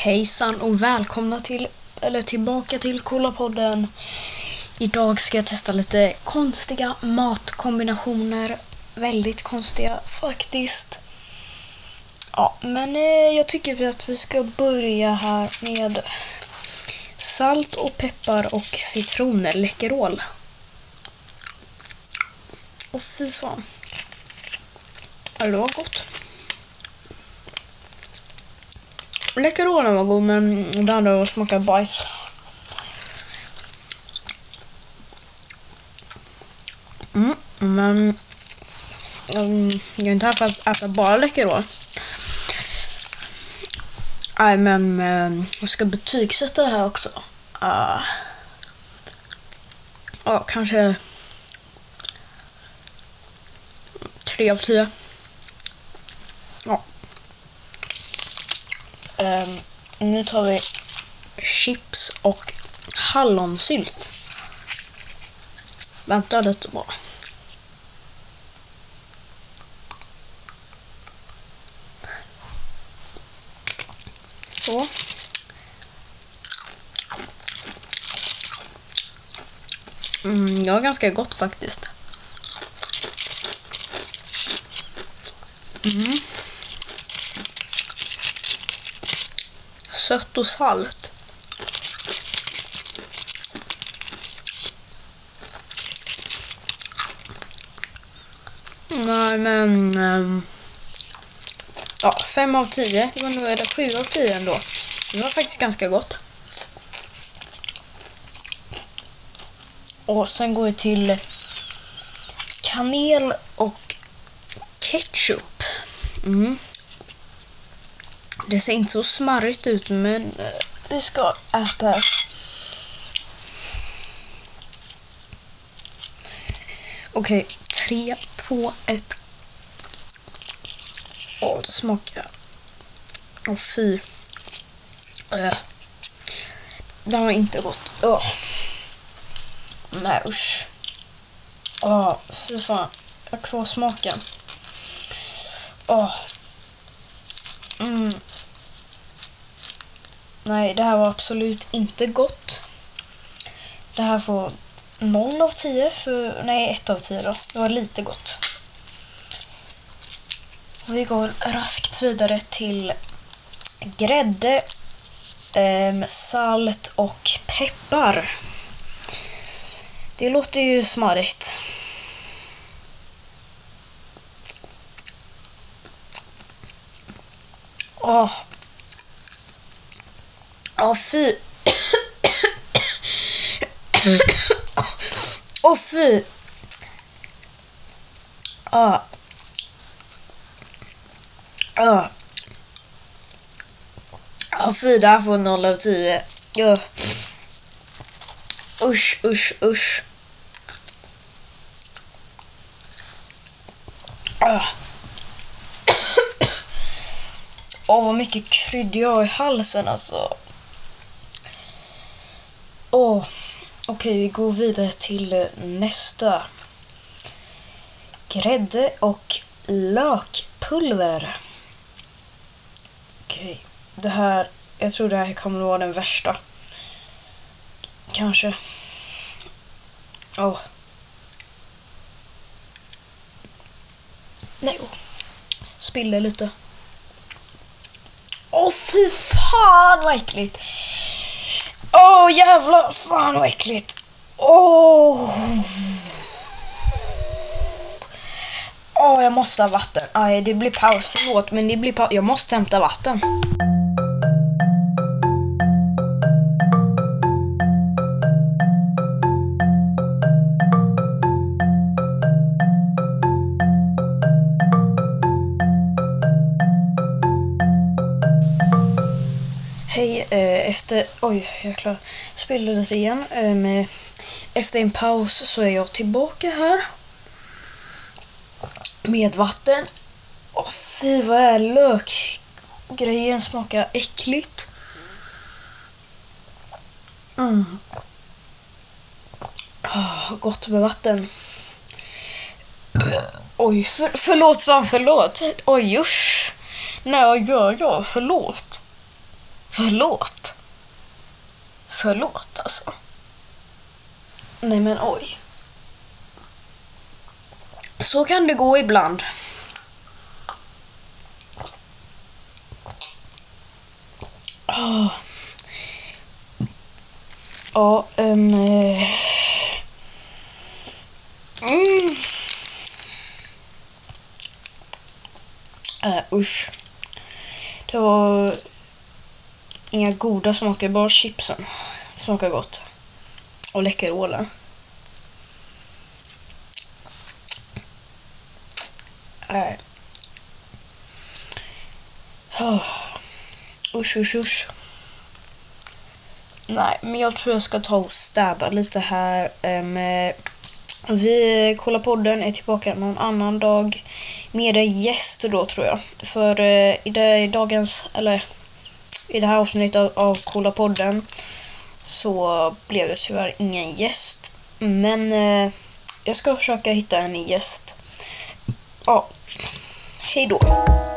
Hejsan och välkomna tillbaka till Cola-podden. Idag ska jag testa lite konstiga matkombinationer. Väldigt konstiga faktiskt. Ja, men jag tycker att vi ska börja här med salt och peppar och citroner, Läkerol. Och fy fan. Ja, det var gott. Läkerolen var god, men det andra smakade bajs. Men jag är inte här för att äta bara Läkerol. Nej, men jag ska betygsätta det här också. Ja, kanske 3 av 10. Ja. Nu tar vi chips och hallonsylt. Vänta lite bara. Så. Det var ganska gott faktiskt. Sött och salt. Nej, men ja, 5 av 10. Men nu är det 7 av 10 ändå. Det var faktiskt ganska gott. Och sen går vi till kanel och ketchup. Det ser inte så smarrigt ut, men vi ska äta. Okej, 3, 2, 1. Åh, det smakar. Åh, fy. Det var inte gott. Nej, usch. Fy fan. Jag har kvar smaken. Nej, det här var absolut inte gott. Det här får 0 av 10. Nej, 1 av 10 då. Det var lite gott. Vi går raskt vidare till grädde, salt och peppar. Det låter ju smarrigt. Fy. Fy. Fy, det här får 0 av 10. Usch. Vad mycket krydd jag har i halsen alltså. Okej, vi går vidare till nästa. Grädde och lökpulver. Okej, det här, jag tror det här kommer att vara den värsta. Kanske. Nej, spiller lite. Fy fan vad äckligt. Jävla fan vad äckligt. Jag måste ha vatten. Nej, det blir paus, förlåt, men det blir paus. Jag måste hämta vatten. Hej, jag spillde lite igen. Efter en paus så är jag tillbaka här. Med vatten. Fy, vad är lök? Grejen smakar äckligt. Gott med vatten. Förlåt. Oj, usch. Nej, jag. Förlåt. Förlåt alltså. Nej men oj. Så kan det gå ibland. Ja, usch. Det var inga goda smaker, bara chipsen smakar gott. Och Läkerol. Usch. Nej, men jag tror jag ska ta och städa lite här. Vi kollar podden är tillbaka någon annan dag med en gäst då tror jag. För i det här avsnittet av Kolla podden så blev det tyvärr ingen gäst. Men jag ska försöka hitta en gäst. Ja, hej då.